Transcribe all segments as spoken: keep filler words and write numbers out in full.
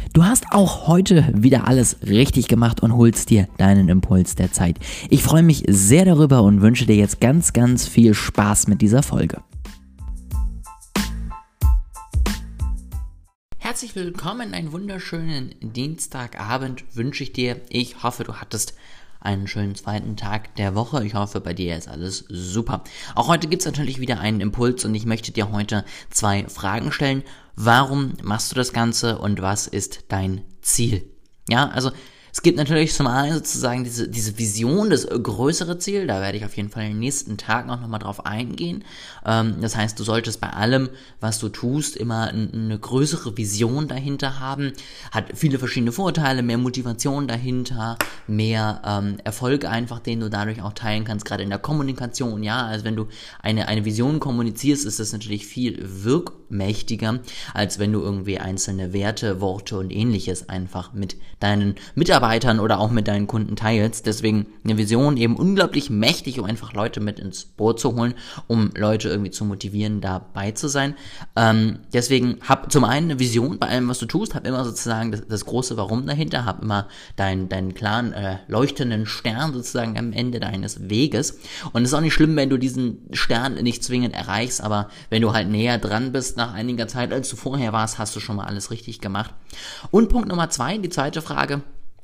Du hast auch heute wieder alles richtig gemacht und holst dir deinen Impuls der Zeit. Ich freue mich sehr darüber und wünsche dir jetzt ganz, ganz viel Spaß mit dieser Folge. Herzlich willkommen, einen wunderschönen Dienstagabend wünsche ich dir. Ich hoffe, du hattest einen schönen zweiten Tag der Woche. Ich hoffe, bei dir ist alles super. Auch heute gibt es natürlich wieder einen Impuls und ich möchte dir heute zwei Fragen stellen. Warum machst du das Ganze und was ist dein Ziel? Ja, also es gibt natürlich zum einen sozusagen diese, diese Vision, das größere Ziel, da werde ich auf jeden Fall in den nächsten Tagen auch nochmal drauf eingehen. Ähm, das heißt, du solltest bei allem, was du tust, immer ein, eine größere Vision dahinter haben, hat viele verschiedene Vorteile, mehr Motivation dahinter, mehr ähm, Erfolg einfach, den du dadurch auch teilen kannst, gerade in der Kommunikation, ja, also wenn du eine, eine Vision kommunizierst, ist das natürlich viel wirkmächtiger, als wenn du irgendwie einzelne Werte, Worte und ähnliches einfach mit deinen Mitarbeitern oder auch mit deinen Kunden teilst. Deswegen eine Vision eben unglaublich mächtig, um einfach Leute mit ins Boot zu holen, um Leute irgendwie zu motivieren, dabei zu sein. Ähm, deswegen hab zum einen eine Vision bei allem, was du tust, hab immer sozusagen das, das große Warum dahinter, hab immer deinen deinen klaren, äh, leuchtenden Stern sozusagen am Ende deines Weges. Und es ist auch nicht schlimm, wenn du diesen Stern nicht zwingend erreichst, aber wenn du halt näher dran bist nach einiger Zeit, als du vorher warst, hast du schon mal alles richtig gemacht. Und Punkt Nummer zwei, die zweite Frage: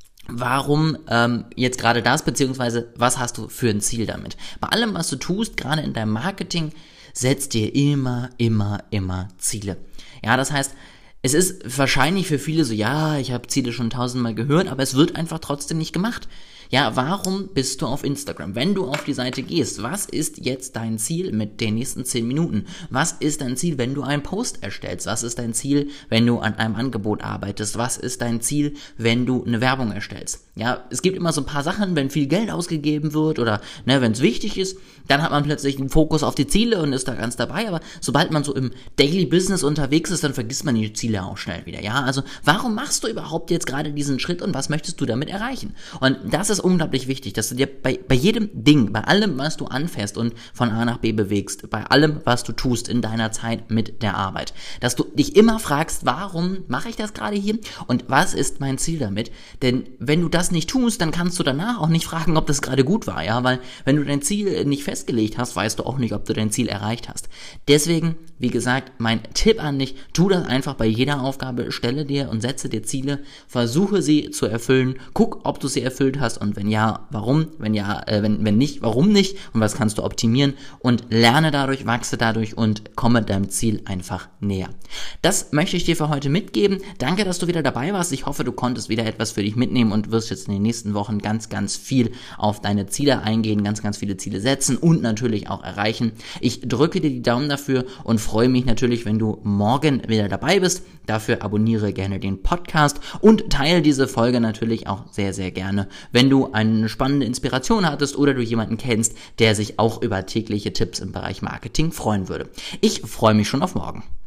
Warum ähm, jetzt gerade das, beziehungsweise was hast du für ein Ziel damit? Bei allem, was du tust, gerade in deinem Marketing, setz dir immer, immer, immer Ziele. Ja, das heißt, es ist wahrscheinlich für viele so, ja, ich habe Ziele schon tausendmal gehört, aber es wird einfach trotzdem nicht gemacht. Ja, warum bist du auf Instagram? Wenn du auf die Seite gehst, was ist jetzt dein Ziel mit den nächsten zehn Minuten? Was ist dein Ziel, wenn du einen Post erstellst? Was ist dein Ziel, wenn du an einem Angebot arbeitest? Was ist dein Ziel, wenn du eine Werbung erstellst? Ja, es gibt immer so ein paar Sachen, wenn viel Geld ausgegeben wird oder ne, wenn es wichtig ist, dann hat man plötzlich einen Fokus auf die Ziele und ist da ganz dabei, aber sobald man so im Daily Business unterwegs ist, dann vergisst man die Ziele auch schnell wieder. Ja, also warum machst du überhaupt jetzt gerade diesen Schritt und was möchtest du damit erreichen? Und das ist unglaublich wichtig, dass du dir bei, bei jedem Ding, bei allem, was du anfährst und von A nach B bewegst, bei allem, was du tust in deiner Zeit mit der Arbeit, dass du dich immer fragst, warum mache ich das gerade hier und was ist mein Ziel damit? Denn wenn du das nicht tust, dann kannst du danach auch nicht fragen, ob das gerade gut war, ja, weil wenn du dein Ziel nicht festgelegt hast, weißt du auch nicht, ob du dein Ziel erreicht hast. Deswegen, wie gesagt, mein Tipp an dich, tu das einfach bei jeder Aufgabe, stelle dir und setze dir Ziele, versuche sie zu erfüllen, guck, ob du sie erfüllt hast und wenn ja, warum, wenn ja, äh, wenn, wenn nicht, warum nicht und was kannst du optimieren und lerne dadurch, wachse dadurch und komme deinem Ziel einfach näher. Das möchte ich dir für heute mitgeben. Danke, dass du wieder dabei warst. Ich hoffe, du konntest wieder etwas für dich mitnehmen und wirst jetzt in den nächsten Wochen ganz, ganz viel auf deine Ziele eingehen, ganz, ganz viele Ziele setzen und natürlich auch erreichen. Ich drücke dir die Daumen dafür und freue mich natürlich, wenn du morgen wieder dabei bist. Dafür abonniere gerne den Podcast und teile diese Folge natürlich auch sehr, sehr gerne, wenn du eine spannende Inspiration hattest oder du jemanden kennst, der sich auch über tägliche Tipps im Bereich Marketing freuen würde. Ich freue mich schon auf morgen.